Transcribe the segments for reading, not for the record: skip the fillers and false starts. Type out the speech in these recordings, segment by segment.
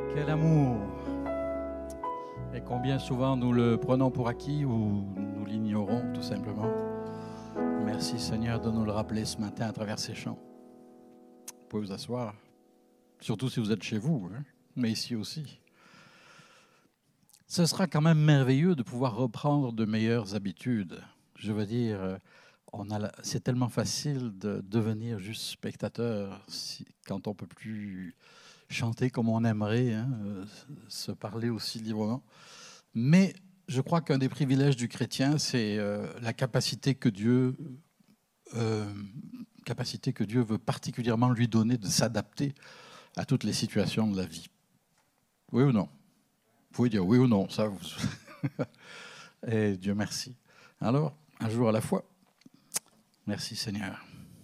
Quel amour! Et combien souvent nous le prenons pour acquis ou nous l'ignorons tout simplement. Merci Seigneur de nous le rappeler ce matin à travers ces chants. Vous pouvez vous asseoir, surtout si vous êtes chez vous, hein, mais ici aussi. Ce sera quand même merveilleux de pouvoir reprendre de meilleures habitudes. Je veux dire, c'est tellement facile de devenir juste spectateur quand on ne peut plus chanter comme on aimerait, hein, se parler aussi librement. Mais je crois qu'un des privilèges du chrétien, c'est la capacité que Dieu veut particulièrement lui donner de s'adapter à toutes les situations de la vie. Oui ou non? Vous pouvez dire oui ou non, ça. Et Dieu merci. Alors, un jour à la fois. Merci Seigneur.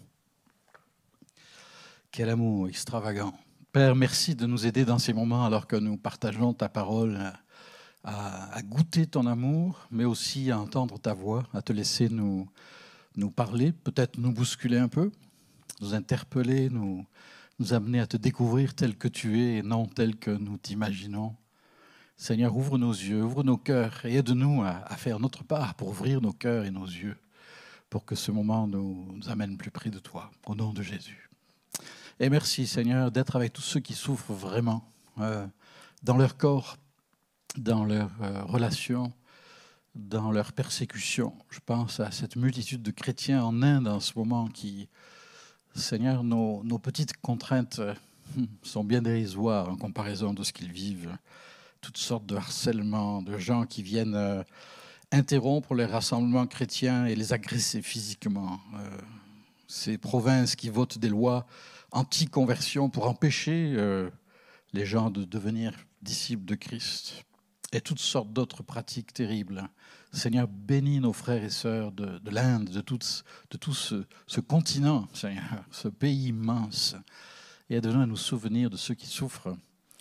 Quel amour extravagant. Père, merci de nous aider dans ces moments alors que nous partageons ta parole, à goûter ton amour, mais aussi à entendre ta voix, à te laisser nous parler, peut-être nous bousculer un peu, nous interpeller, nous amener à te découvrir tel que tu es et non tel que nous t'imaginons. Seigneur, ouvre nos yeux, ouvre nos cœurs et aide-nous à faire notre part pour ouvrir nos cœurs et nos yeux, pour que ce moment nous amène plus près de toi, au nom de Jésus. Et merci, Seigneur, d'être avec tous ceux qui souffrent vraiment dans leur corps, dans leurs relations, dans leur persécution. Je pense à cette multitude de chrétiens en Inde en ce moment qui, Seigneur, nos petites contraintes sont bien dérisoires en comparaison de ce qu'ils vivent. Toutes sortes de harcèlements, de gens qui viennent interrompre les rassemblements chrétiens et les agresser physiquement. Ces provinces qui votent des lois anti-conversion pour empêcher les gens de devenir disciples de Christ. Et toutes sortes d'autres pratiques terribles. Seigneur, bénis nos frères et sœurs de l'Inde, de tout ce continent, Seigneur, ce pays immense. Et aide-nous à nous souvenir de ceux qui souffrent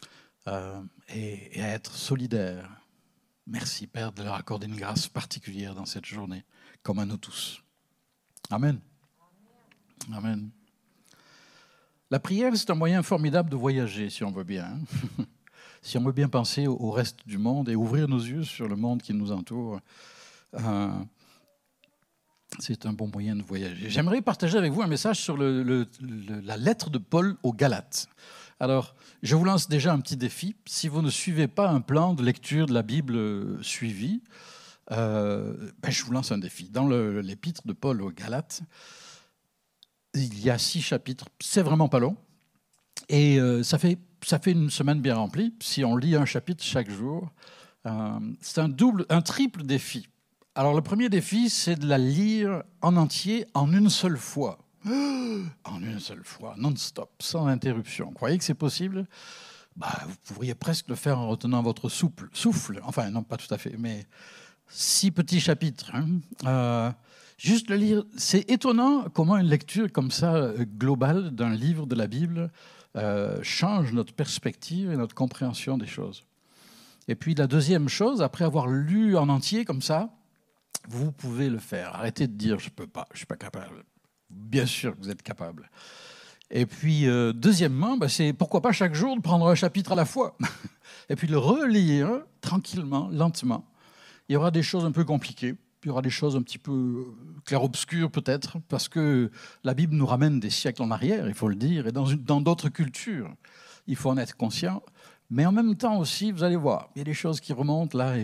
et à être solidaires. Merci, Père, de leur accorder une grâce particulière dans cette journée, comme à nous tous. Amen. Amen. La prière, c'est un moyen formidable de voyager, si on veut bien. Si on veut bien penser au reste du monde et ouvrir nos yeux sur le monde qui nous entoure, c'est un bon moyen de voyager. J'aimerais partager avec vous un message sur la lettre de Paul aux Galates. Alors, je vous lance déjà un petit défi. Si vous ne suivez pas un plan de lecture de la Bible suivi, je vous lance un défi. Dans l'épître de Paul aux Galates, il y a 6 chapitres. C'est vraiment pas long. Et ça fait une semaine bien remplie. Si on lit un chapitre chaque jour, c'est un triple défi. Alors, le premier défi, c'est de la lire en entier en une seule fois. En une seule fois, non-stop, sans interruption. Vous croyez que c'est possible? Vous pourriez presque le faire en retenant votre souffle. Enfin, non, pas tout à fait, mais 6 petits chapitres. Juste le lire. C'est étonnant comment une lecture comme ça, globale, d'un livre de la Bible, change notre perspective et notre compréhension des choses. Et puis la deuxième chose, après avoir lu en entier comme ça, vous pouvez le faire. Arrêtez de dire « je ne peux pas, je ne suis pas capable ». Bien sûr que vous êtes capable. Et puis, deuxièmement, c'est pourquoi pas chaque jour de prendre un chapitre à la fois. Et puis de le relire tranquillement, lentement. Il y aura des choses un peu compliquées. Il y aura des choses un petit peu clair-obscures peut-être, parce que la Bible nous ramène des siècles en arrière, il faut le dire, et dans d'autres cultures. Il faut en être conscient. Mais en même temps aussi, vous allez voir, il y a des choses qui remontent là,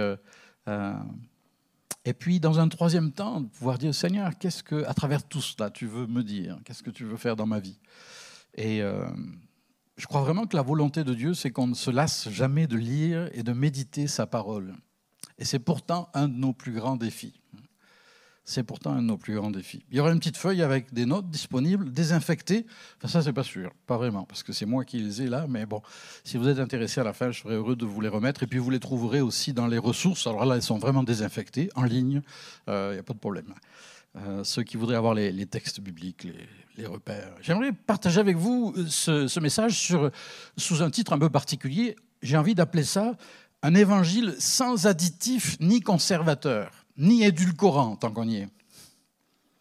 et puis, dans un troisième temps, de pouvoir dire, Seigneur, qu'est-ce que, à travers tout cela, tu veux me dire? Qu'est-ce que tu veux faire dans ma vie? Et je crois vraiment que la volonté de Dieu, c'est qu'on ne se lasse jamais de lire et de méditer sa parole. Et c'est pourtant un de nos plus grands défis. C'est pourtant un de nos plus grands défis. Il y aura une petite feuille avec des notes disponibles, désinfectées. Enfin, ça, c'est pas sûr, pas vraiment, parce que c'est moi qui les ai là. Mais bon, si vous êtes intéressé à la fin, je serais heureux de vous les remettre. Et puis, vous les trouverez aussi dans les ressources. Alors là, elles sont vraiment désinfectées, en ligne. Il n'y a pas de problème. Ceux qui voudraient avoir les textes bibliques, les repères. J'aimerais partager avec vous ce message sous un titre un peu particulier. J'ai envie d'appeler ça « Un évangile sans additif ni conservateur ». Ni édulcorant, tant qu'on y est.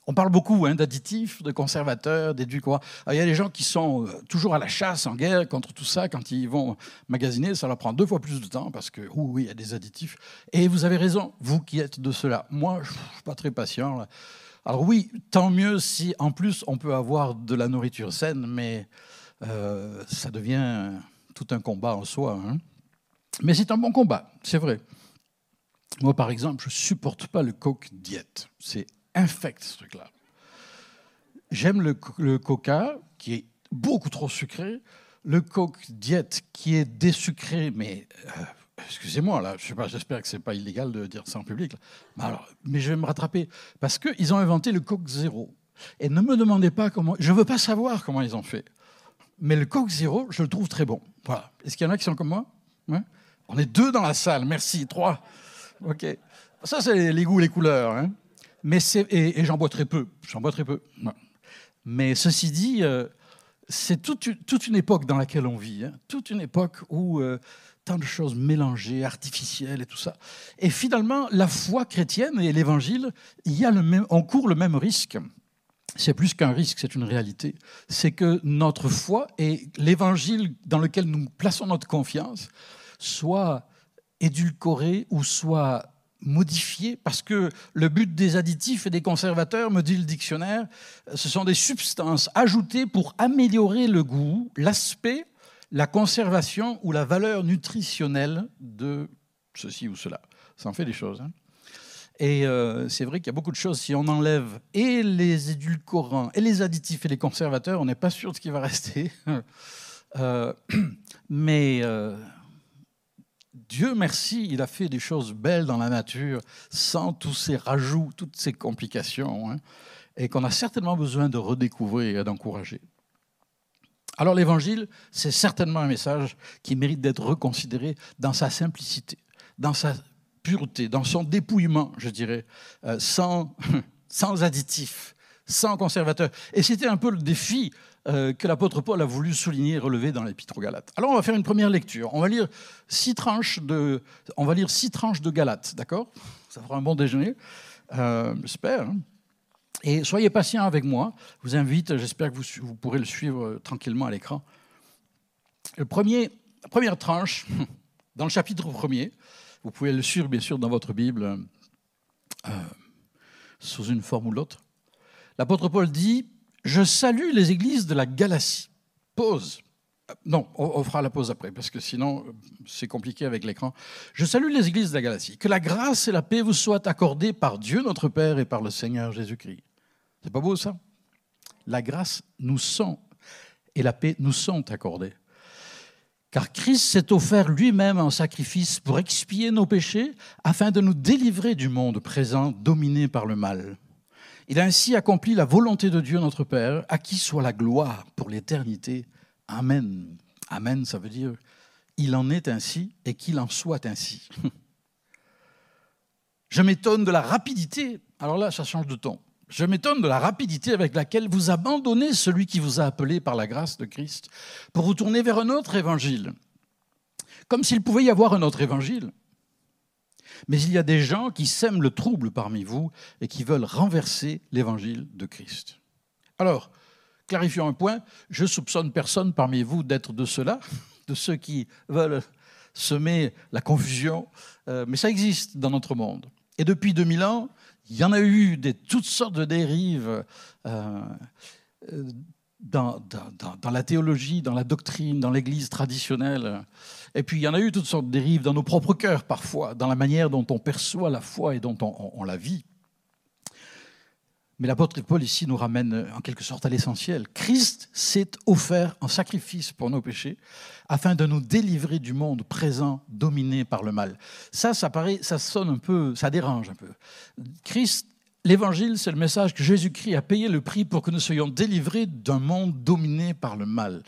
On parle beaucoup d'additifs, de conservateurs, d'édulcorants. Il y a des gens qui sont toujours à la chasse, en guerre contre tout ça. Quand ils vont magasiner, ça leur prend 2 fois plus de temps parce que, oui, il y a des additifs. Et vous avez raison, vous qui êtes de cela. Moi, je ne suis pas très patient, là. Alors oui, tant mieux si, en plus, on peut avoir de la nourriture saine, mais ça devient tout un combat en soi. Mais c'est un bon combat, c'est vrai. Moi, par exemple, je ne supporte pas le Coke Diet. C'est infect, ce truc-là. J'aime le Coca, qui est beaucoup trop sucré, le Coke Diet, qui est désucré, mais excusez-moi, là, je sais pas, j'espère que c'est pas illégal de dire ça en public. Là. Mais je vais me rattraper, parce qu'ils ont inventé le Coke Zéro. Et ne me demandez pas comment... Je ne veux pas savoir comment ils ont fait. Mais le Coke Zéro, je le trouve très bon. Voilà. Est-ce qu'il y en a qui sont comme moi? On est 2 dans la salle, merci, 3. OK. Ça, c'est les goûts, les couleurs. Mais et j'en bois très peu. Ouais. Mais ceci dit, c'est toute une époque dans laquelle on vit. Toute une époque où tant de choses mélangées, artificielles et tout ça. Et finalement, la foi chrétienne et l'Évangile, on court le même risque. C'est plus qu'un risque, c'est une réalité. C'est que notre foi et l'Évangile dans lequel nous plaçons notre confiance soit édulcoré ou soit modifié, parce que le but des additifs et des conservateurs, me dit le dictionnaire, ce sont des substances ajoutées pour améliorer le goût, l'aspect, la conservation ou la valeur nutritionnelle de ceci ou cela. Ça en fait des choses. Et c'est vrai qu'il y a beaucoup de choses, si on enlève et les édulcorants, et les additifs et les conservateurs, on n'est pas sûr de ce qui va rester. Mais Dieu merci, il a fait des choses belles dans la nature, sans tous ces rajouts, toutes ces complications, et qu'on a certainement besoin de redécouvrir et d'encourager. Alors l'Évangile, c'est certainement un message qui mérite d'être reconsidéré dans sa simplicité, dans sa pureté, dans son dépouillement, je dirais, sans additifs, sans conservateurs. Et c'était un peu le défi que l'apôtre Paul a voulu souligner et relever dans l'Épître aux Galates. Alors on va faire une première lecture. On va lire 6 tranches de Galates, d'accord? Ça fera un bon déjeuner, j'espère. Et soyez patients avec moi. Je vous invite, j'espère que vous pourrez le suivre tranquillement à l'écran. La première tranche, dans le chapitre 1er, vous pouvez le suivre bien sûr dans votre Bible, sous une forme ou l'autre. L'apôtre Paul dit « Je salue les églises de la Galatie ». Pause. Non, on fera la pause après, parce que sinon, c'est compliqué avec l'écran. « Je salue les églises de la Galatie. Que la grâce et la paix vous soient accordées par Dieu notre Père et par le Seigneur Jésus-Christ. » C'est pas beau ça? La grâce et la paix nous sont accordées. Car Christ s'est offert lui-même en sacrifice pour expier nos péchés, afin de nous délivrer du monde présent dominé par le mal. Il a ainsi accompli la volonté de Dieu notre Père, à qui soit la gloire pour l'éternité. Amen. Amen, ça veut dire il en est ainsi et qu'il en soit ainsi. Je m'étonne de la rapidité, alors là ça change de ton, je m'étonne de la rapidité avec laquelle vous abandonnez celui qui vous a appelé par la grâce de Christ pour vous tourner vers un autre évangile. Comme s'il pouvait y avoir un autre évangile. Mais il y a des gens qui sèment le trouble parmi vous et qui veulent renverser l'évangile de Christ. Alors, clarifions un point, je soupçonne personne parmi vous d'être de ceux-là, de ceux qui veulent semer la confusion, mais ça existe dans notre monde. Et depuis 2000 ans, il y en a eu toutes sortes de dérives dans la théologie, dans la doctrine, dans l'Église traditionnelle. Et puis il y en a eu toutes sortes de dérives dans nos propres cœurs parfois, dans la manière dont on perçoit la foi et dont on la vit. Mais l'apôtre Paul ici nous ramène en quelque sorte à l'essentiel. Christ s'est offert en sacrifice pour nos péchés afin de nous délivrer du monde présent dominé par le mal. Ça sonne un peu, ça dérange un peu. Christ, l'évangile, c'est le message que Jésus-Christ a payé le prix pour que nous soyons délivrés d'un monde dominé par le mal.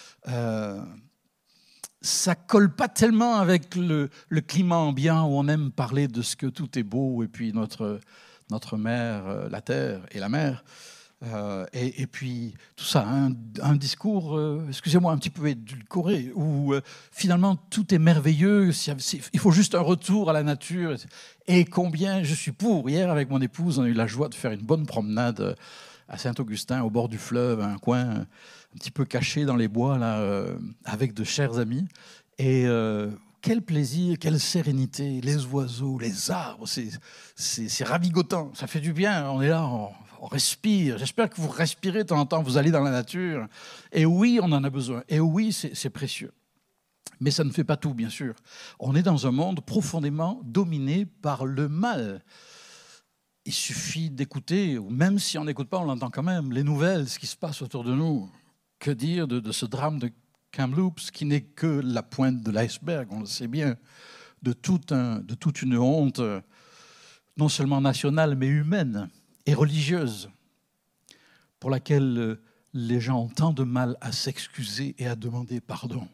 Ça colle pas tellement avec le climat ambiant où on aime parler de ce que tout est beau et puis notre mère, la terre et la mer. Et puis tout ça, un discours, excusez-moi, un petit peu édulcoré, où finalement tout est merveilleux, il faut juste un retour à la nature. Et combien je suis pour. Hier, avec mon épouse, on a eu la joie de faire une bonne promenade à Saint-Augustin, au bord du fleuve, un coin un petit peu caché dans les bois, là, avec de chers amis. Et quel plaisir, quelle sérénité, les oiseaux, les arbres, c'est ravigotant, ça fait du bien, on est là, on respire. J'espère que vous respirez de temps en temps, vous allez dans la nature. Et oui, on en a besoin. Et oui, c'est précieux. Mais ça ne fait pas tout, bien sûr. On est dans un monde profondément dominé par le mal. Il suffit d'écouter, ou même si on n'écoute pas, on l'entend quand même, les nouvelles, ce qui se passe autour de nous. Que dire de ce drame de Kamloops, qui n'est que la pointe de l'iceberg, on le sait bien, de toute une honte, non seulement nationale, mais humaine et religieuse, pour laquelle les gens ont tant de mal à s'excuser et à demander pardon.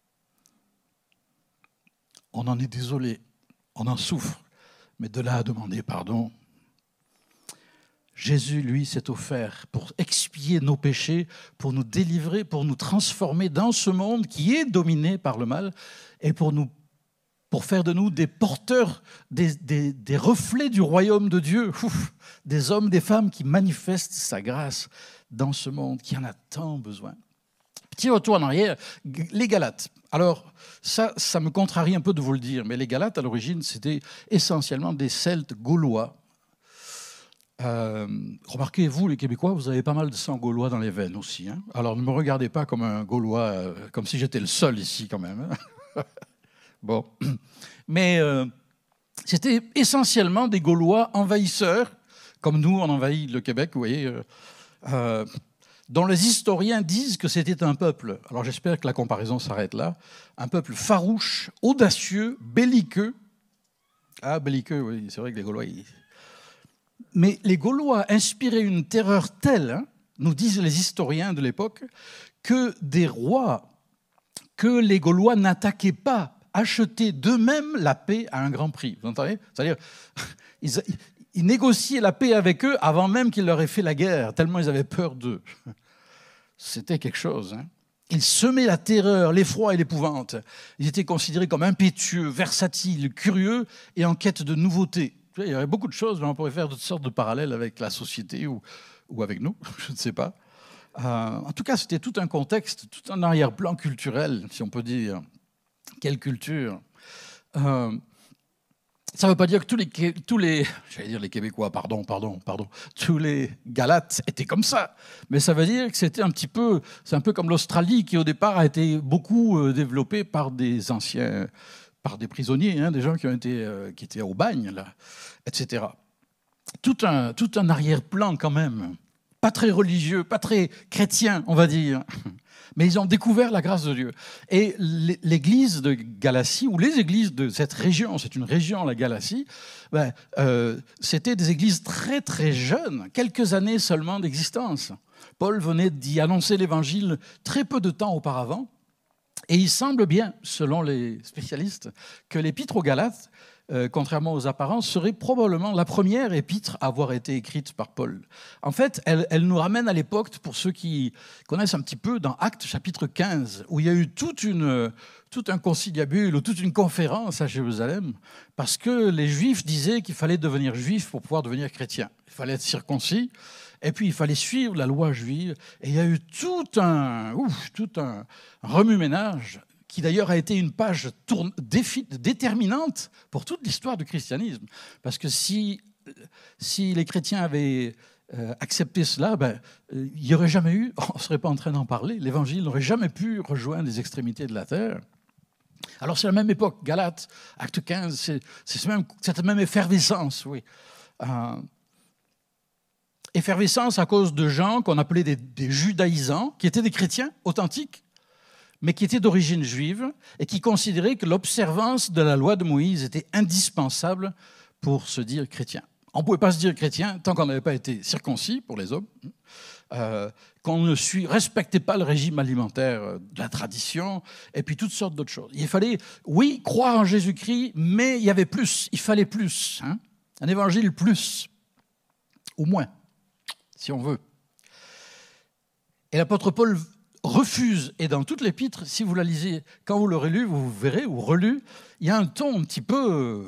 On en est désolé, on en souffre, mais de là à demander pardon. Jésus, lui, s'est offert pour expier nos péchés, pour nous délivrer, pour nous transformer dans ce monde qui est dominé par le mal et pour faire de nous des porteurs, des reflets du royaume de Dieu, des hommes, des femmes qui manifestent sa grâce dans ce monde qui en a tant besoin. Petit retour en arrière, les Galates. Alors, ça me contrarie un peu de vous le dire, mais les Galates, à l'origine, c'était essentiellement des Celtes gaulois. Remarquez, vous, les Québécois, vous avez pas mal de sang gaulois dans les veines aussi. Hein. Alors, ne me regardez pas comme un Gaulois, comme si j'étais le seul ici, quand même. Hein. Bon. Mais c'était essentiellement des Gaulois envahisseurs, comme nous, on envahit le Québec, vous voyez, dont les historiens disent que c'était un peuple, alors j'espère que la comparaison s'arrête là, un peuple farouche, audacieux, belliqueux. Ah, belliqueux, oui, c'est vrai que les Gaulois... Mais les Gaulois inspiraient une terreur telle, hein, nous disent les historiens de l'époque, que des rois que les Gaulois n'attaquaient pas, achetaient d'eux-mêmes la paix à un grand prix. Vous entendez ? C'est-à-dire, ils négociaient la paix avec eux avant même qu'ils leur aient fait la guerre, tellement ils avaient peur d'eux. C'était quelque chose. Hein. Ils semaient la terreur, l'effroi et l'épouvante. Ils étaient considérés comme impétueux, versatiles, curieux et en quête de nouveautés. Il y aurait beaucoup de choses, mais on pourrait faire toutes sortes de parallèles avec la société ou avec nous, je ne sais pas. En tout cas, c'était tout un contexte, tout un arrière-plan culturel, si on peut dire. Quelle culture. Ça ne veut pas dire que tous les j'allais dire les Québécois, pardon, tous les Galates étaient comme ça. Mais ça veut dire que c'est un peu comme l'Australie qui au départ a été beaucoup développée par des anciens, par des prisonniers, hein, des gens qui étaient au bagne, là, etc. Tout un arrière-plan quand même, pas très religieux, pas très chrétien, on va dire. Mais ils ont découvert la grâce de Dieu. Et l'église de Galatie, ou les églises de cette région, c'est une région, la Galatie, c'était des églises très très jeunes, quelques années seulement d'existence. Paul venait d'y annoncer l'évangile très peu de temps auparavant. Et il semble bien, selon les spécialistes, que l'épître aux Galates, contrairement aux apparences, serait probablement la première épître à avoir été écrite par Paul. En fait, elle nous ramène à l'époque, pour ceux qui connaissent un petit peu, dans Actes chapitre 15, où il y a eu tout un conciliabule, ou toute une conférence à Jérusalem, parce que les Juifs disaient qu'il fallait devenir juif pour pouvoir devenir chrétien. Il fallait être circoncis, et puis il fallait suivre la loi juive. Et il y a eu tout un remue-ménage, qui d'ailleurs a été une page déterminante pour toute l'histoire du christianisme. Parce que si les chrétiens avaient accepté cela, il n'y aurait jamais eu, on ne serait pas en train d'en parler, l'évangile n'aurait jamais pu rejoindre les extrémités de la terre. Alors c'est la même époque, Galates, acte 15, c'est cette même effervescence, oui. Effervescence à cause de gens qu'on appelait des judaïsants, qui étaient des chrétiens authentiques, mais qui étaient d'origine juive et qui considéraient que l'observance de la loi de Moïse était indispensable pour se dire chrétien. On ne pouvait pas se dire chrétien tant qu'on n'avait pas été circoncis, pour les hommes, qu'on ne respectait pas le régime alimentaire de la tradition, et puis toutes sortes d'autres choses. Il fallait, oui, croire en Jésus-Christ, mais il y avait plus, il fallait plus. Hein, un évangile plus, ou moins, si on veut. Et l'apôtre Paul refuse, et dans toute l'épître, si vous la lisez, quand vous l'aurez lu, vous verrez, ou relu, il y a un ton un petit peu...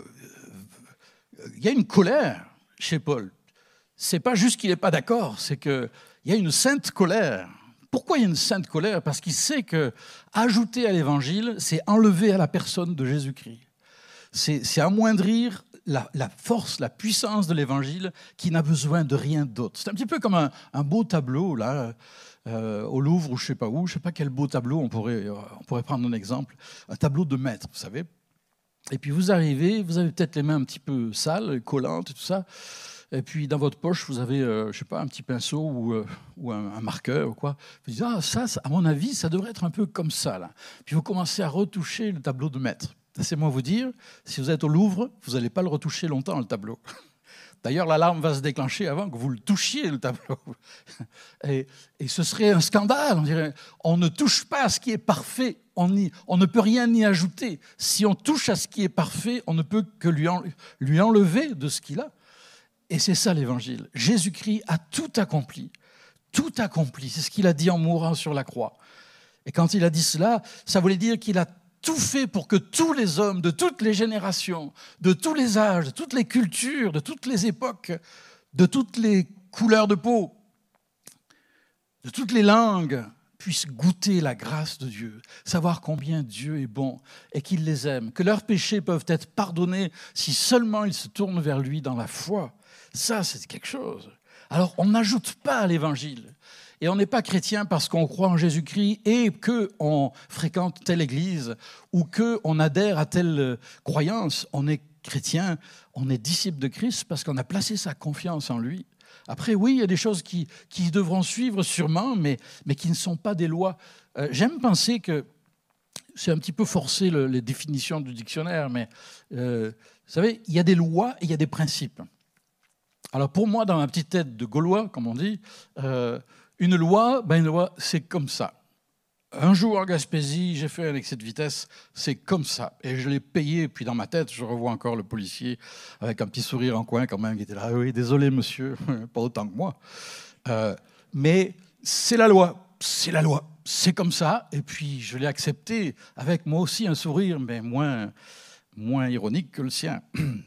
il y a une colère chez Paul. C'est pas juste qu'il n'est pas d'accord, c'est qu'il y a une sainte colère. Pourquoi il y a une sainte colère? Parce qu'il sait que ajouter à l'évangile, c'est enlever à la personne de Jésus-Christ. C'est amoindrir la force, la puissance de l'évangile qui n'a besoin de rien d'autre. C'est un petit peu comme un beau tableau là, au Louvre ou je ne sais pas quel beau tableau, on pourrait prendre un exemple, un tableau de maître, vous savez. Et puis vous arrivez, vous avez peut-être les mains un petit peu sales, collantes et tout ça. Et puis dans votre poche, vous avez, je ne sais pas, un petit pinceau ou un marqueur ou quoi. Vous dites, ah ça, à mon avis, ça devrait être un peu comme ça là. Puis vous commencez à retoucher le tableau de maître. Laissez-moi vous dire, si vous êtes au Louvre, vous n'allez pas le retoucher longtemps, le tableau. D'ailleurs, l'alarme va se déclencher avant que vous le touchiez, le tableau. Et ce serait un scandale, on dirait. On ne touche pas à ce qui est parfait, on ne peut rien y ajouter. Si on touche à ce qui est parfait, on ne peut que lui enlever de ce qu'il a. Et c'est ça l'évangile. Jésus-Christ a tout accompli. Tout accompli. C'est ce qu'il a dit en mourant sur la croix. Et quand il a dit cela, ça voulait dire qu'il a tout fait pour que tous les hommes de toutes les générations, de tous les âges, de toutes les cultures, de toutes les époques, de toutes les couleurs de peau, de toutes les langues, puissent goûter la grâce de Dieu, savoir combien Dieu est bon et qu'il les aime, que leurs péchés peuvent être pardonnés si seulement ils se tournent vers lui dans la foi. Ça, c'est quelque chose. Alors, on n'ajoute pas à l'évangile. Et on n'est pas chrétien parce qu'on croit en Jésus-Christ et qu'on fréquente telle église ou qu'on adhère à telle croyance. On est chrétien, on est disciple de Christ parce qu'on a placé sa confiance en lui. Après, oui, il y a des choses qui devront suivre sûrement, mais qui ne sont pas des lois. J'aime penser que c'est un petit peu forcé les définitions du dictionnaire, mais vous savez, il y a des lois et il y a des principes. Alors pour moi, dans ma petite tête de Gaulois, comme on dit, une loi, c'est comme ça. Un jour en Gaspésie, j'ai fait un excès de vitesse, c'est comme ça. Et je l'ai payé, et puis dans ma tête, je revois encore le policier avec un petit sourire en coin quand même, qui était là, oui, désolé monsieur, pas autant que moi. Mais c'est la loi, c'est comme ça. Et puis je l'ai accepté avec moi aussi un sourire, mais moins ironique que le sien.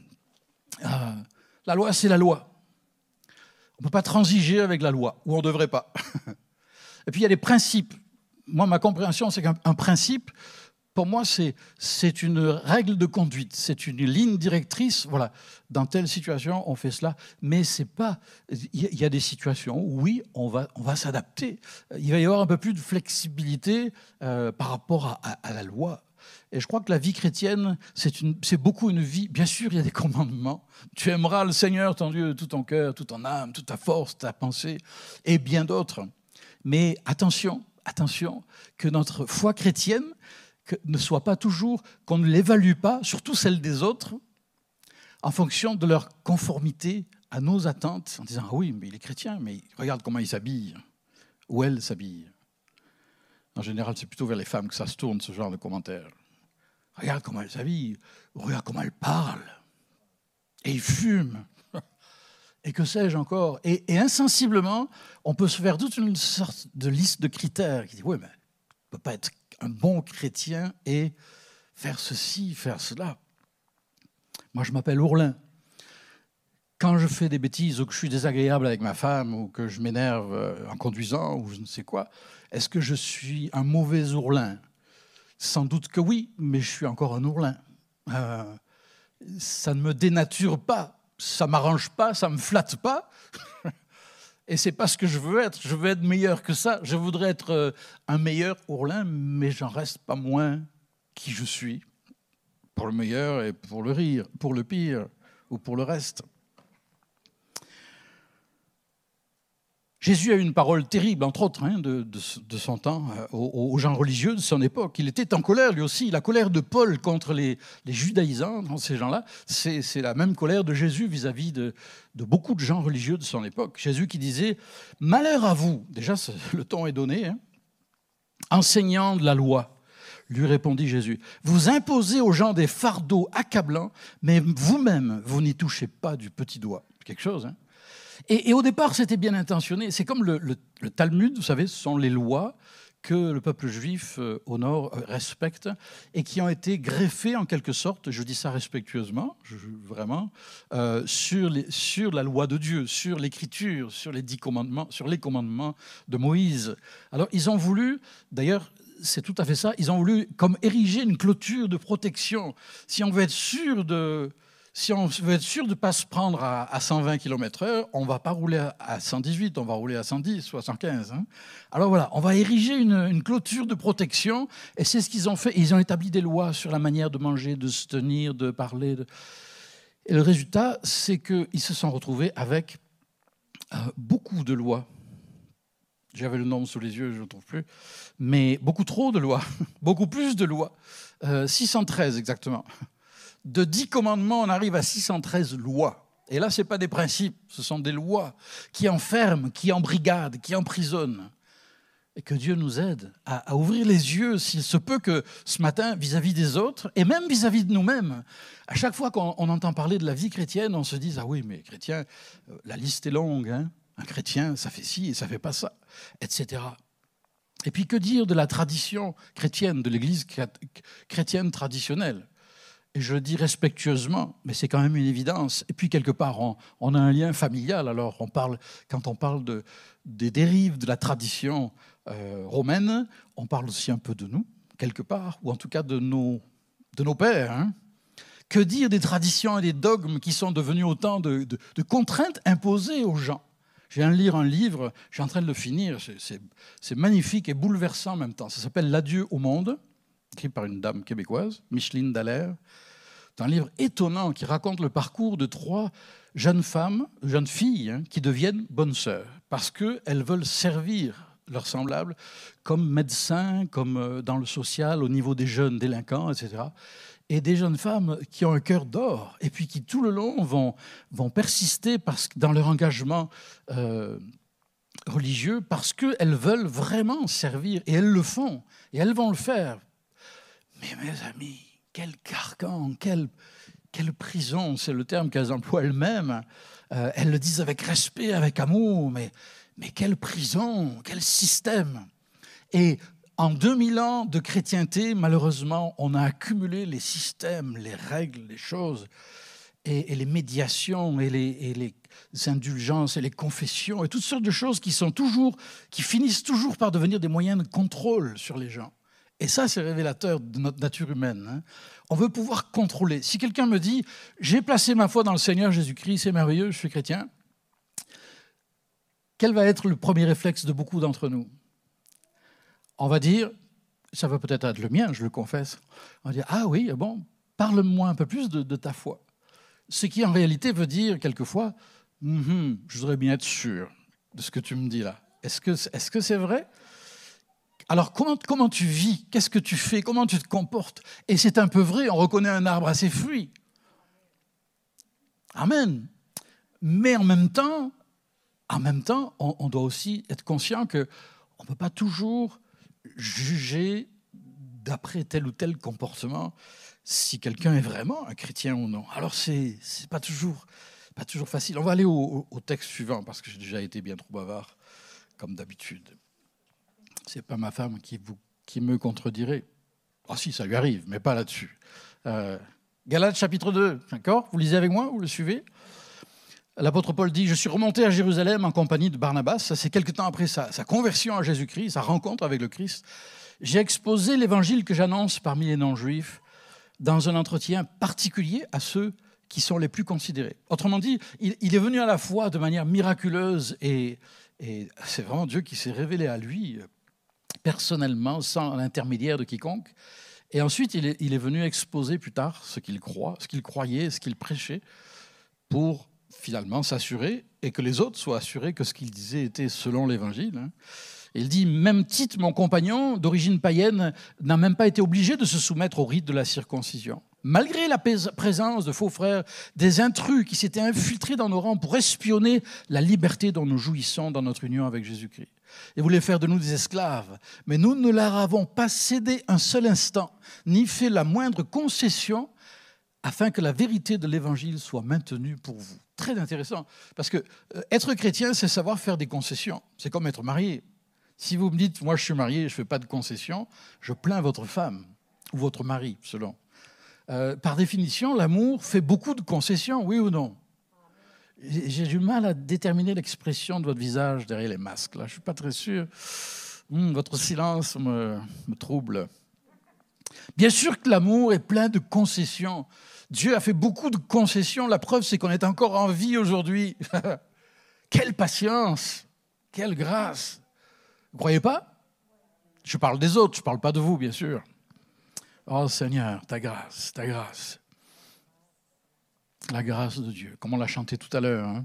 La loi, c'est la loi. On ne peut pas transiger avec la loi, ou on ne devrait pas. Et puis il y a des principes. Moi, ma compréhension, c'est qu'un principe, pour moi, c'est une règle de conduite, c'est une ligne directrice. Voilà, dans telle situation, on fait cela. Mais c'est pas. Il y a des situations où, oui, on va s'adapter. Il va y avoir un peu plus de flexibilité par rapport à la loi. Et je crois que la vie chrétienne, c'est beaucoup une vie. Bien sûr, il y a des commandements. Tu aimeras le Seigneur, ton Dieu, de tout ton cœur, toute ton âme, toute ta force, ta pensée, et bien d'autres. Mais attention, que notre foi chrétienne ne soit pas toujours, qu'on ne l'évalue pas, surtout celle des autres, en fonction de leur conformité à nos attentes, en disant « Ah oui, mais il est chrétien, mais regarde comment il s'habille, ou elle s'habille. » En général, c'est plutôt vers les femmes que ça se tourne, ce genre de commentaires. Regarde comment elle s'habille, regarde comment elle parle. Et il fume. Et que sais-je encore. Et insensiblement, on peut se faire toute une sorte de liste de critères qui dit « Oui, mais on ne peut pas être un bon chrétien et faire ceci, faire cela. » Moi, je m'appelle Ourlin. Quand je fais des bêtises ou que je suis désagréable avec ma femme ou que je m'énerve en conduisant ou je ne sais quoi, est-ce que je suis un mauvais ourlin? Sans doute que oui, mais je suis encore un ourlin. Ça ne me dénature pas, ça ne m'arrange pas, ça ne me flatte pas. Et ce n'est pas ce que je veux être. Je veux être meilleur que ça. Je voudrais être un meilleur ourlin, mais j'en reste pas moins qui je suis. Pour le meilleur et pour le rire, pour le pire ou pour le reste. Jésus a eu une parole terrible, entre autres, de son temps, aux gens religieux de son époque. Il était en colère, lui aussi. La colère de Paul contre les judaïsants, ces gens-là, c'est la même colère de Jésus vis-à-vis de beaucoup de gens religieux de son époque. Jésus qui disait « Malheur à vous », déjà le ton est donné, enseignant de la loi, lui répondit Jésus. « Vous imposez aux gens des fardeaux accablants, mais vous-même, vous n'y touchez pas du petit doigt. » Quelque chose, hein. Et au départ, c'était bien intentionné. C'est comme le Talmud, vous savez, ce sont les lois que le peuple juif au nord respecte et qui ont été greffées en quelque sorte, je dis ça respectueusement, vraiment, sur la loi de Dieu, sur l'écriture, sur les 10 commandements, sur les commandements de Moïse. Alors ils ont voulu, d'ailleurs, c'est tout à fait ça, ils ont voulu comme ériger une clôture de protection. Si on veut être sûr de ne pas se prendre à 120 km/h, on ne va pas rouler à 118, on va rouler à 110 ou à 115. Hein. Alors voilà, on va ériger une clôture de protection, et c'est ce qu'ils ont fait. Ils ont établi des lois sur la manière de manger, de se tenir, de parler. Et le résultat, c'est qu'ils se sont retrouvés avec beaucoup de lois. J'avais le nombre sous les yeux, je ne le trouve plus, mais beaucoup trop de lois, beaucoup plus de lois, 613 exactement. De 10 commandements, on arrive à 613 lois. Et là, ce n'est pas des principes, ce sont des lois qui enferment, qui embrigadent, qui emprisonnent. Et que Dieu nous aide à ouvrir les yeux, s'il se peut, que ce matin, vis-à-vis des autres, et même vis-à-vis de nous-mêmes, à chaque fois qu'on entend parler de la vie chrétienne, on se dit « Ah oui, mais chrétien, la liste est longue, hein. Un chrétien, ça fait ci et ça ne fait pas ça, etc. » Et puis que dire de la tradition chrétienne, de l'Église chrétienne traditionnelle ? Et je le dis respectueusement, mais c'est quand même une évidence. Et puis, quelque part, on a un lien familial. Alors, quand on parle des dérives de la tradition romaine, on parle aussi un peu de nous, quelque part, ou en tout cas de nos pères. Hein. Que dire des traditions et des dogmes qui sont devenus autant de contraintes imposées aux gens ? Je viens de lire un livre, je suis en train de le finir, c'est magnifique et bouleversant en même temps. Ça s'appelle « L'adieu au monde », écrit par une dame québécoise, Micheline Dallaire. C'est un livre étonnant qui raconte le parcours de 3 jeunes filles, hein, qui deviennent bonnes sœurs parce qu'elles veulent servir leurs semblables comme médecins, comme dans le social, au niveau des jeunes délinquants, etc. Et des jeunes femmes qui ont un cœur d'or et puis qui, tout le long, vont persister dans leur engagement religieux parce qu'elles veulent vraiment servir. Et elles le font. Et elles vont le faire. Mais mes amis, quel carcan, quelle prison, c'est le terme qu'elles emploient elles-mêmes. Elles le disent avec respect, avec amour, mais quelle prison, quel système. Et en 2000 ans de chrétienté, malheureusement, on a accumulé les systèmes, les règles, les choses, et les médiations, et les indulgences, et les confessions, et toutes sortes de choses qui finissent toujours par devenir des moyens de contrôle sur les gens. Et ça, c'est révélateur de notre nature humaine. Hein. On veut pouvoir contrôler. Si quelqu'un me dit « J'ai placé ma foi dans le Seigneur Jésus-Christ, c'est merveilleux, je suis chrétien », quel va être le premier réflexe de beaucoup d'entre nous ? On va dire, ça va peut-être être le mien, je le confesse, on va dire « Ah oui, bon, parle-moi un peu plus de ta foi ». Ce qui en réalité veut dire quelquefois « Je voudrais bien être sûr de ce que tu me dis là. Est-ce que c'est vrai ? Alors, comment tu vis ? Qu'est-ce que tu fais ? Comment tu te comportes ? Et c'est un peu vrai, on reconnaît un arbre à ses fruits. Amen. Mais en même temps, on doit aussi être conscient qu'on ne peut pas toujours juger d'après tel ou tel comportement si quelqu'un est vraiment un chrétien ou non. Alors, c'est pas toujours facile. On va aller au texte suivant, parce que j'ai déjà été bien trop bavard, comme d'habitude. C'est pas ma femme qui me contredirait. Ah si, ça lui arrive, mais pas là-dessus. Galates chapitre 2, d'accord ? Vous lisez avec moi, vous le suivez ? L'apôtre Paul dit « Je suis remonté à Jérusalem en compagnie de Barnabas ». Ça, c'est quelque temps après sa conversion à Jésus-Christ, sa rencontre avec le Christ. J'ai exposé l'évangile que j'annonce parmi les non-juifs dans un entretien particulier à ceux qui sont les plus considérés. Autrement dit, il est venu à la foi de manière miraculeuse et c'est vraiment Dieu qui s'est révélé à lui personnellement, sans l'intermédiaire de quiconque. Et ensuite, il est venu exposer plus tard ce qu'il croyait, ce qu'il prêchait, pour finalement s'assurer, et que les autres soient assurés que ce qu'il disait était selon l'Évangile. Et il dit, même Tite, mon compagnon, d'origine païenne, n'a même pas été obligé de se soumettre au rite de la circoncision. Malgré la présence de faux frères, des intrus qui s'étaient infiltrés dans nos rangs pour espionner la liberté dont nous jouissons dans notre union avec Jésus-Christ. Et voulaient faire de nous des esclaves. Mais nous ne leur avons pas cédé un seul instant, ni fait la moindre concession afin que la vérité de l'Évangile soit maintenue pour vous. Très intéressant, parce que être chrétien, c'est savoir faire des concessions. C'est comme être marié. Si vous me dites, moi je suis marié, je ne fais pas de concessions, je plains votre femme ou votre mari, selon. Par définition, l'amour fait beaucoup de concessions, oui ou non? J'ai du mal à déterminer l'expression de votre visage derrière les masques. Là. Je ne suis pas très sûr. Votre silence me trouble. Bien sûr que l'amour est plein de concessions. Dieu a fait beaucoup de concessions. La preuve, c'est qu'on est encore en vie aujourd'hui. Quelle patience, quelle grâce. Vous ne croyez pas? Je parle des autres, je ne parle pas de vous, bien sûr. Oh Seigneur, ta grâce, ta grâce. La grâce de Dieu, comme on l'a chanté tout à l'heure. Hein.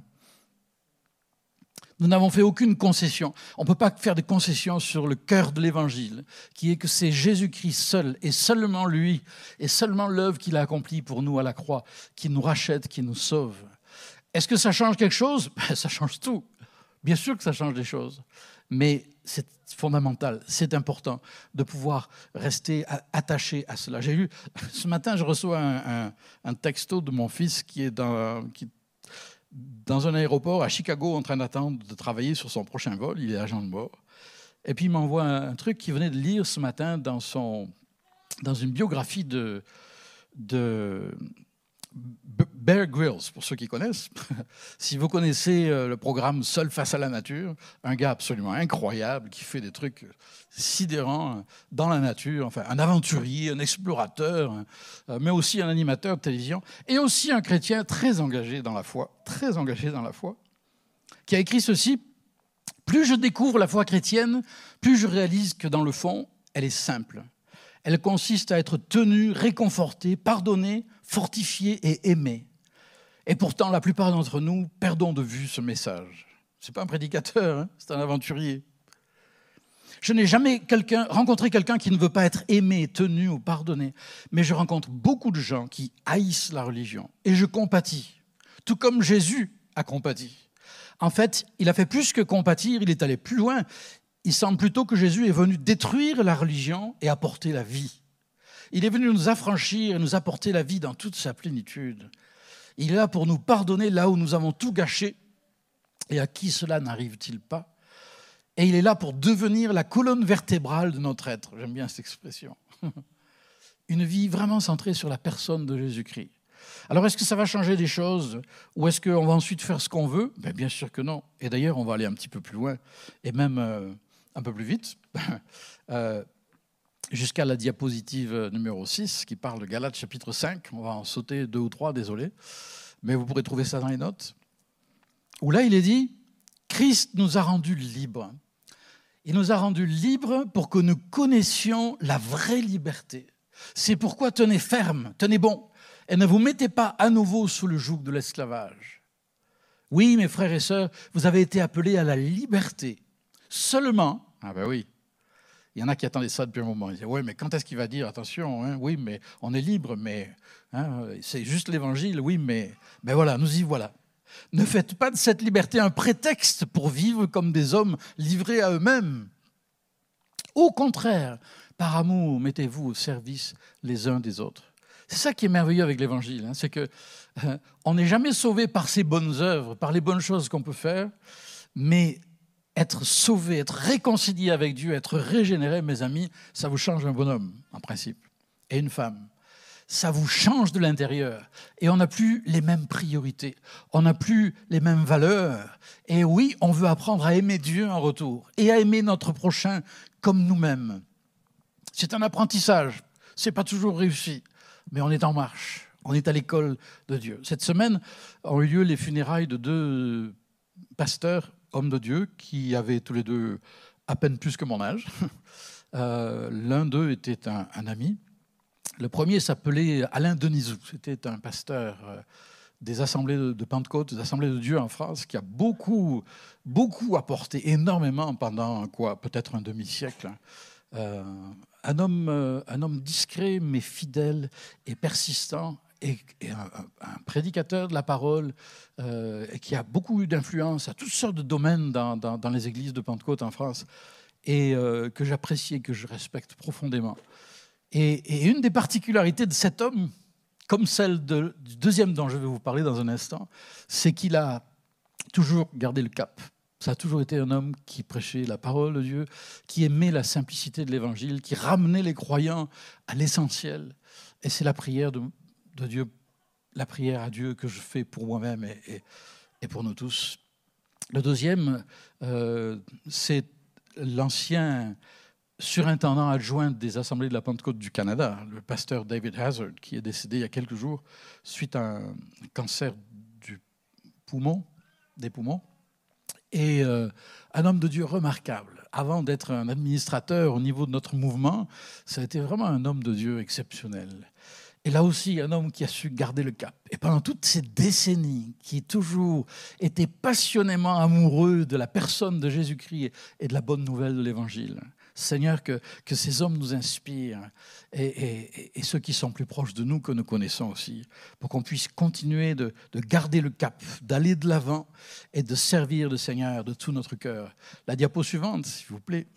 Nous n'avons fait aucune concession. On ne peut pas faire des concessions sur le cœur de l'Évangile, qui est que c'est Jésus-Christ seul, et seulement lui, et seulement l'œuvre qu'il a accomplie pour nous à la croix, qui nous rachète, qui nous sauve. Est-ce que ça change quelque chose? Ça change tout. Bien sûr que ça change des choses. Mais c'est fondamental, c'est important de pouvoir rester attaché à cela. J'ai eu, ce matin, je reçois un texto de mon fils qui est dans un aéroport à Chicago en train d'attendre de travailler sur son prochain vol. Il est agent de bord. Et puis il m'envoie un truc qu'il venait de lire ce matin dans une biographie de Bear Grylls, pour ceux qui connaissent. Si vous connaissez le programme Seul face à la nature, un gars absolument incroyable qui fait des trucs sidérants dans la nature, enfin un aventurier, un explorateur, mais aussi un animateur de télévision, et aussi un chrétien très engagé dans la foi, qui a écrit ceci: plus je découvre la foi chrétienne, plus je réalise que dans le fond, elle est simple. Elle consiste à être tenu, réconforté, pardonné, fortifié et aimé. Et pourtant, la plupart d'entre nous perdons de vue ce message. Ce n'est pas un prédicateur, hein, c'est un aventurier. Je n'ai jamais rencontré quelqu'un qui ne veut pas être aimé, tenu ou pardonné. Mais je rencontre beaucoup de gens qui haïssent la religion. Et je compatis, tout comme Jésus a compati. En fait, il a fait plus que compatir, il est allé plus loin. Il semble plutôt que Jésus est venu détruire la religion et apporter la vie. Il est venu nous affranchir et nous apporter la vie dans toute sa plénitude. Il est là pour nous pardonner là où nous avons tout gâché. Et à qui cela n'arrive-t-il pas? Et il est là pour devenir la colonne vertébrale de notre être. J'aime bien cette expression. Une vie vraiment centrée sur la personne de Jésus-Christ. Alors, est-ce que ça va changer des choses? Ou est-ce qu'on va ensuite faire ce qu'on veut? Bien sûr que non. Et d'ailleurs, on va aller un petit peu plus loin. Et même un peu plus vite. Jusqu'à la diapositive numéro 6, qui parle de Galates chapitre 5. On va en sauter 2 ou 3, désolé. Mais vous pourrez trouver ça dans les notes. Où là, il est dit, Christ nous a rendus libres. Il nous a rendus libres pour que nous connaissions la vraie liberté. C'est pourquoi tenez ferme, tenez bon, et ne vous mettez pas à nouveau sous le joug de l'esclavage. Oui, mes frères et sœurs, vous avez été appelés à la liberté. Seulement, oui, il y en a qui attendaient ça depuis un moment. Ils disaient, oui, mais quand est-ce qu'il va dire, attention, hein, oui, mais on est libre, mais hein, c'est juste l'évangile, oui, mais voilà, nous y voilà. Ne faites pas de cette liberté un prétexte pour vivre comme des hommes livrés à eux-mêmes. Au contraire, par amour, mettez-vous au service les uns des autres. C'est ça qui est merveilleux avec l'évangile, hein, c'est qu'on n'est jamais sauvé par ses bonnes œuvres, par les bonnes choses qu'on peut faire, mais être sauvé, être réconcilié avec Dieu, être régénéré, mes amis, ça vous change un bonhomme, en principe, et une femme. Ça vous change de l'intérieur. Et on n'a plus les mêmes priorités. On n'a plus les mêmes valeurs. Et oui, on veut apprendre à aimer Dieu en retour et à aimer notre prochain comme nous-mêmes. C'est un apprentissage. Ce n'est pas toujours réussi, mais on est en marche. On est à l'école de Dieu. Cette semaine ont eu lieu les funérailles de 2 pasteurs, hommes de Dieu, qui avaient tous les 2 à peine plus que mon âge. L'un d'eux était un ami. Le premier s'appelait Alain Denisou. C'était un pasteur des assemblées de Pentecôte, des assemblées de Dieu en France, qui a beaucoup apporté, énormément pendant peut-être un demi-siècle. Un homme discret mais fidèle et persistant, et un prédicateur de la parole qui a beaucoup eu d'influence à toutes sortes de domaines dans les églises de Pentecôte en France, et que j'apprécie et que je respecte profondément. Et une des particularités de cet homme, comme celle du deuxième dont je vais vous parler dans un instant, c'est qu'il a toujours gardé le cap. Ça a toujours été un homme qui prêchait la parole de Dieu, qui aimait la simplicité de l'Évangile, qui ramenait les croyants à l'essentiel. Et c'est la prière de Dieu, la prière à Dieu que je fais pour moi-même et pour nous tous. Le deuxième, c'est l'ancien surintendant adjoint des Assemblées de la Pentecôte du Canada, le pasteur David Hazard, qui est décédé il y a quelques jours suite à un cancer des poumons. Et un homme de Dieu remarquable. Avant d'être un administrateur au niveau de notre mouvement, ça a été vraiment un homme de Dieu exceptionnel. Et là aussi, un homme qui a su garder le cap. Et pendant toutes ces décennies, qui toujours était passionnément amoureux de la personne de Jésus-Christ et de la bonne nouvelle de l'Évangile. Seigneur, que ces hommes nous inspirent et ceux qui sont plus proches de nous que nous connaissons aussi, pour qu'on puisse continuer de garder le cap, d'aller de l'avant et de servir le Seigneur de tout notre cœur. La diapo suivante, s'il vous plaît.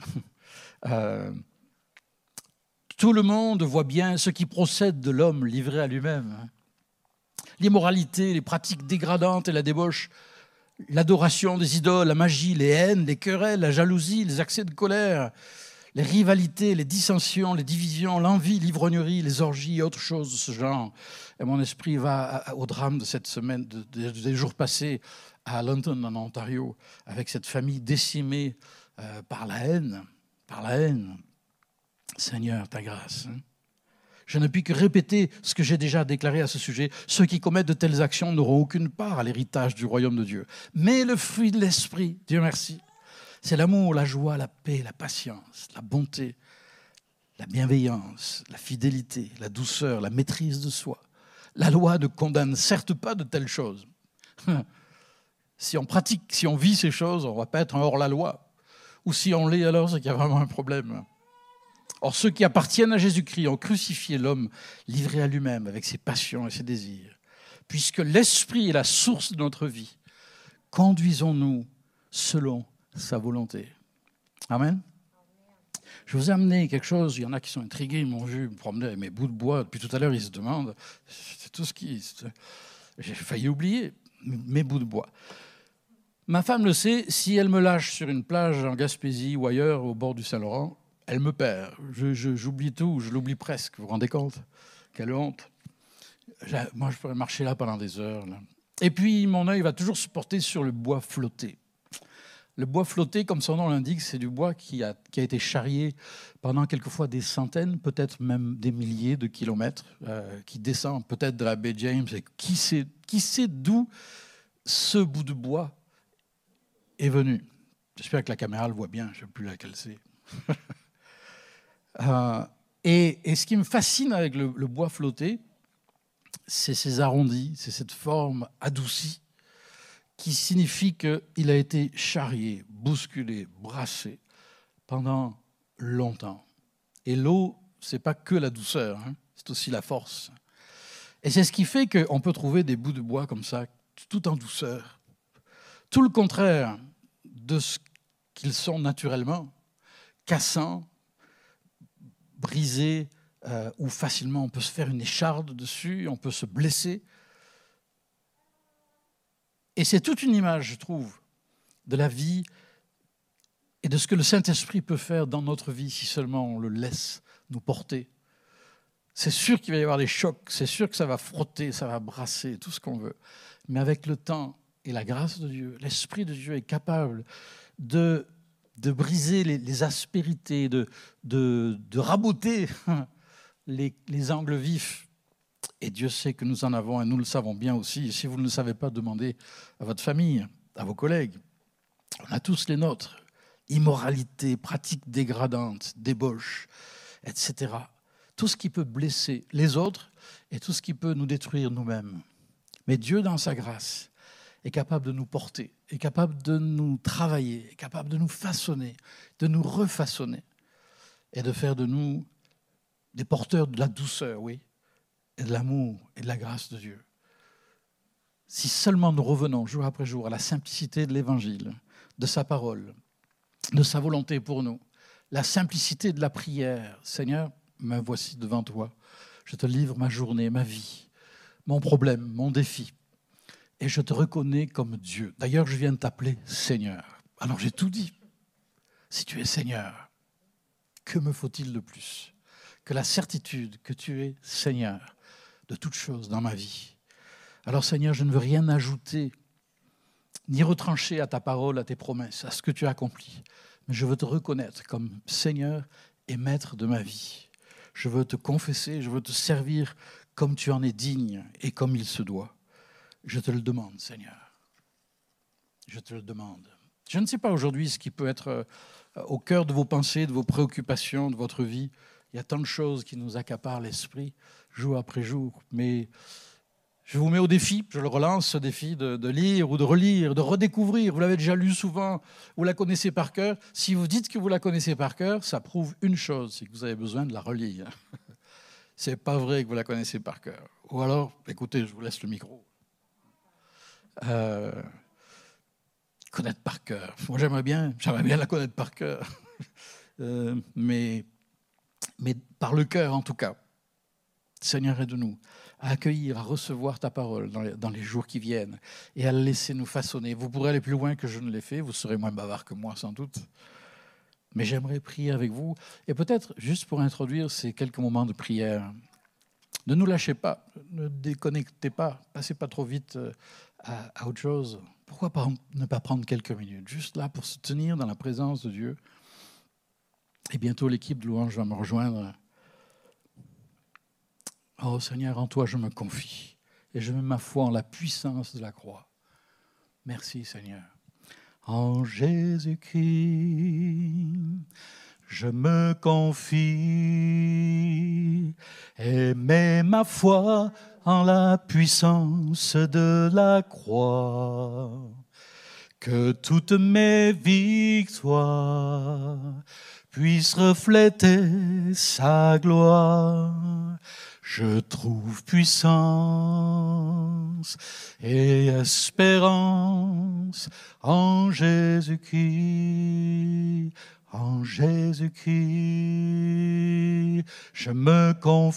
Tout le monde voit bien ce qui procède de l'homme livré à lui-même. L'immoralité, les pratiques dégradantes et la débauche, l'adoration des idoles, la magie, les haines, les querelles, la jalousie, les accès de colère, les rivalités, les dissensions, les divisions, l'envie, l'ivrognerie, les orgies et autres choses de ce genre. Et mon esprit va au drame de cette semaine, des jours passés à London, en Ontario, avec cette famille décimée par la haine. Par la haine. Seigneur, ta grâce. Je ne puis que répéter ce que j'ai déjà déclaré à ce sujet. Ceux qui commettent de telles actions n'auront aucune part à l'héritage du royaume de Dieu. Mais le fruit de l'esprit, Dieu merci, c'est l'amour, la joie, la paix, la patience, la bonté, la bienveillance, la fidélité, la douceur, la maîtrise de soi. La loi ne condamne certes pas de telles choses. Si on pratique, si on vit ces choses, on ne va pas être un hors-la-loi. Ou si on l'est, alors c'est qu'il y a vraiment un problème. Or, ceux qui appartiennent à Jésus-Christ ont crucifié l'homme livré à lui-même avec ses passions et ses désirs. Puisque l'esprit est la source de notre vie, conduisons-nous selon sa volonté. Amen. Je vous ai amené quelque chose, il y en a qui sont intrigués, ils m'ont vu me promener avec mes bouts de bois. Depuis tout à l'heure, ils se demandent, c'est tout ce qui... J'ai failli oublier mes bouts de bois. Ma femme le sait, si elle me lâche sur une plage en Gaspésie ou ailleurs, au bord du Saint-Laurent, elle me perd. J'oublie tout, je l'oublie presque. Vous vous rendez compte? Quelle honte. Moi, je pourrais marcher là pendant des heures. Là. Et puis, mon œil va toujours se porter sur le bois flotté. Le bois flotté, comme son nom l'indique, c'est du bois qui a été charrié pendant quelquefois des centaines, peut-être même des milliers de kilomètres, qui descend peut-être de la baie James. Et qui sait d'où ce bout de bois est venu? J'espère que la caméra le voit bien, je ne sais plus laquelle c'est. Et ce qui me fascine avec le bois flotté, c'est ces arrondis, c'est cette forme adoucie qui signifie qu'il a été charrié, bousculé, brassé pendant longtemps. Et l'eau, ce n'est pas que la douceur, hein, c'est aussi la force. Et c'est ce qui fait qu'on peut trouver des bouts de bois comme ça, tout en douceur. Tout le contraire de ce qu'ils sont naturellement, cassants, brisés, où facilement on peut se faire une écharde dessus, on peut se blesser. Et c'est toute une image, je trouve, de la vie et de ce que le Saint-Esprit peut faire dans notre vie si seulement on le laisse nous porter. C'est sûr qu'il va y avoir des chocs, c'est sûr que ça va frotter, ça va brasser, tout ce qu'on veut. Mais avec le temps et la grâce de Dieu, l'Esprit de Dieu est capable de briser les aspérités, de raboter les angles vifs. Et Dieu sait que nous en avons et nous le savons bien aussi. Et si vous ne le savez pas, demandez à votre famille, à vos collègues. On a tous les nôtres. Immoralité, pratiques dégradantes, débauche, etc. Tout ce qui peut blesser les autres et tout ce qui peut nous détruire nous-mêmes. Mais Dieu, dans sa grâce, est capable de nous porter, est capable de nous travailler, est capable de nous façonner, de nous refaçonner et de faire de nous des porteurs de la douceur, oui, et de l'amour et de la grâce de Dieu. Si seulement nous revenons jour après jour à la simplicité de l'Évangile, de sa parole, de sa volonté pour nous, la simplicité de la prière. Seigneur, me voici devant toi. Je te livre ma journée, ma vie. mon problème, mon défi. Et je te reconnais comme Dieu. D'ailleurs, je viens de t'appeler Seigneur. Alors j'ai tout dit. Si tu es Seigneur, que me faut-il de plus que la certitude que tu es Seigneur de toutes choses dans ma vie? Alors Seigneur, je ne veux rien ajouter, ni retrancher à ta parole, à tes promesses, à ce que tu as accompli. Mais je veux te reconnaître comme Seigneur et Maître de ma vie. Je veux te confesser, je veux te servir comme tu en es digne et comme il se doit. Je te le demande, Seigneur. Je te le demande. Je ne sais pas aujourd'hui ce qui peut être au cœur de vos pensées, de vos préoccupations, de votre vie. Il y a tant de choses qui nous accaparent l'esprit, jour après jour. Mais je vous mets au défi, je le relance, ce défi de lire ou de relire, de redécouvrir. Vous l'avez déjà lu souvent, vous la connaissez par cœur. Si vous dites que vous la connaissez par cœur, ça prouve une chose, c'est que vous avez besoin de la relire. C'est pas vrai que vous la connaissez par cœur. Ou alors, écoutez, je vous laisse le micro. Connaître par cœur. Moi, j'aimerais bien la connaître par cœur. Mais par le cœur, en tout cas. Seigneur, aide-nous à accueillir, à recevoir ta parole dans les jours qui viennent et à la laisser nous façonner. Vous pourrez aller plus loin que je ne l'ai fait. Vous serez moins bavard que moi, sans doute. Mais j'aimerais prier avec vous. Et peut-être, juste pour introduire ces quelques moments de prière, ne nous lâchez pas, ne déconnectez pas, passez pas trop vite à autre chose. Pourquoi ne pas prendre quelques minutes, juste là pour se tenir dans la présence de Dieu? Et bientôt l'équipe de louange va me rejoindre. Oh Seigneur, en toi je me confie et je mets ma foi en la puissance de la croix. Merci Seigneur. En Jésus-Christ, je me confie et mets ma foi en la puissance de la croix. Que toutes mes victoires puissent refléter sa gloire. Je trouve puissance et espérance en Jésus-Christ. En Jésus-Christ, je me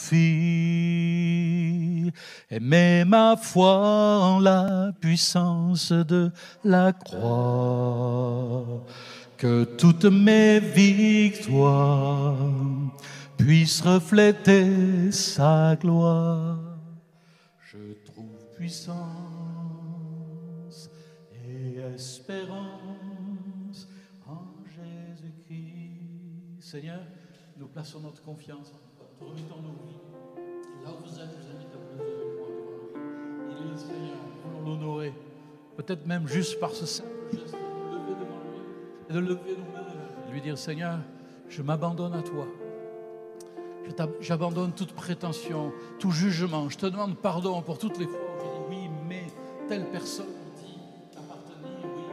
confie et mets ma foi en la puissance de la croix. Que toutes mes victoires puissent refléter sa gloire. Je trouve puissance et espérance en Jésus-Christ. Seigneur, nous plaçons notre confiance en toi. Nous remettons nos vies. Là où vous êtes, je vous invite à vous lever avec moi devant lui. Il est le Seigneur, nous voulons l'honorer. Peut-être même juste par ce simple geste de nous lever devant lui et de lever nos mains et lui dire, Seigneur, je m'abandonne à toi. J'abandonne toute prétention, tout jugement. Je te demande pardon pour toutes les fois où je dis oui, mais telle personne dit appartenir, oui,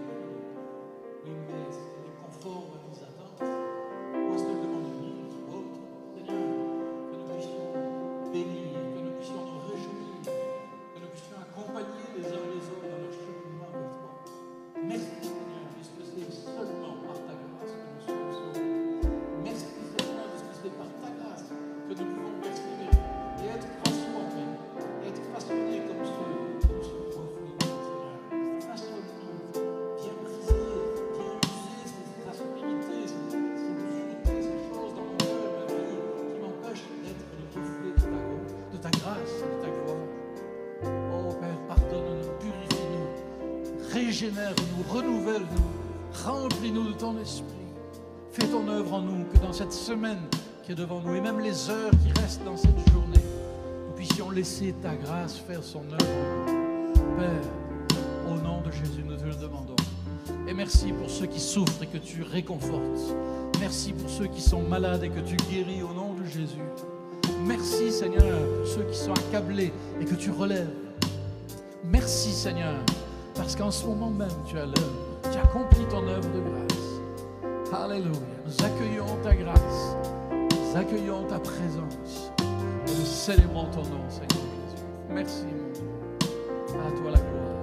mais c'est conforme à nos attentes. Moi, je te demande une autre. Seigneur, que nous puissions bénir, que nous puissions nous réjouir, que nous puissions accompagner les uns et les autres dans leur cheminement avec toi. Merci, Seigneur, puisque c'est seulement par ta grâce que nous sommes sauvés. Merci, Seigneur, puisque c'est par ta grâce que nous pouvons persévérer et être transformés, être façonnés comme ce profil, Seigneur. Façonne-nous, viens briser, viens user ces aspérités, ces difficultés, ces choses dans mon cœur, ma vie, qui m'empêchent d'être le reflet de ta grâce, de ta gloire. Oh Père, pardonne-nous, purifie-nous, régénère-nous, renouvelle-nous, remplis-nous de ton esprit. Fais ton œuvre en nous, que dans cette semaine qui est devant nous, et même les heures qui restent dans cette journée, nous puissions laisser ta grâce faire son œuvre. Père, au nom de Jésus, nous te le demandons. Et merci pour ceux qui souffrent et que tu réconfortes. Merci pour ceux qui sont malades et que tu guéris au nom de Jésus. Merci Seigneur pour ceux qui sont accablés et que tu relèves. Merci Seigneur, parce qu'en ce moment même tu as l'œuvre, tu accomplis ton œuvre de grâce. Alléluia. Nous accueillons ta grâce, nous accueillons ta présence et nous célébrons ton nom, Seigneur Jésus. Merci, mon Dieu. À toi la gloire.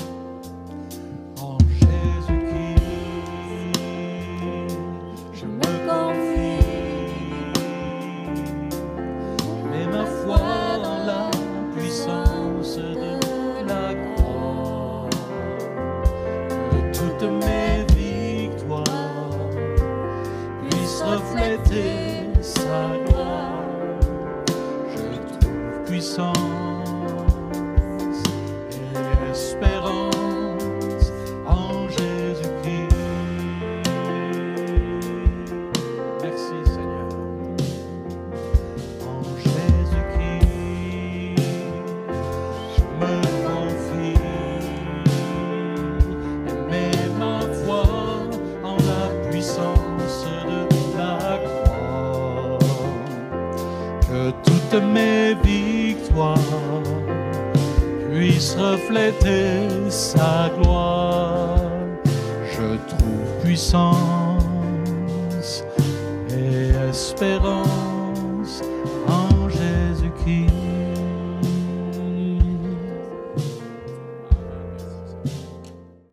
En Jésus-Christ, je me confie, mets ma foi dans la puissance puissance et espérance en Jésus-Christ. Merci Seigneur. En Jésus-Christ, je me confie et mets ma foi en la puissance de la croix. Que toutes mes victoires puissent refléter sa gloire. Je trouve puissance et espérance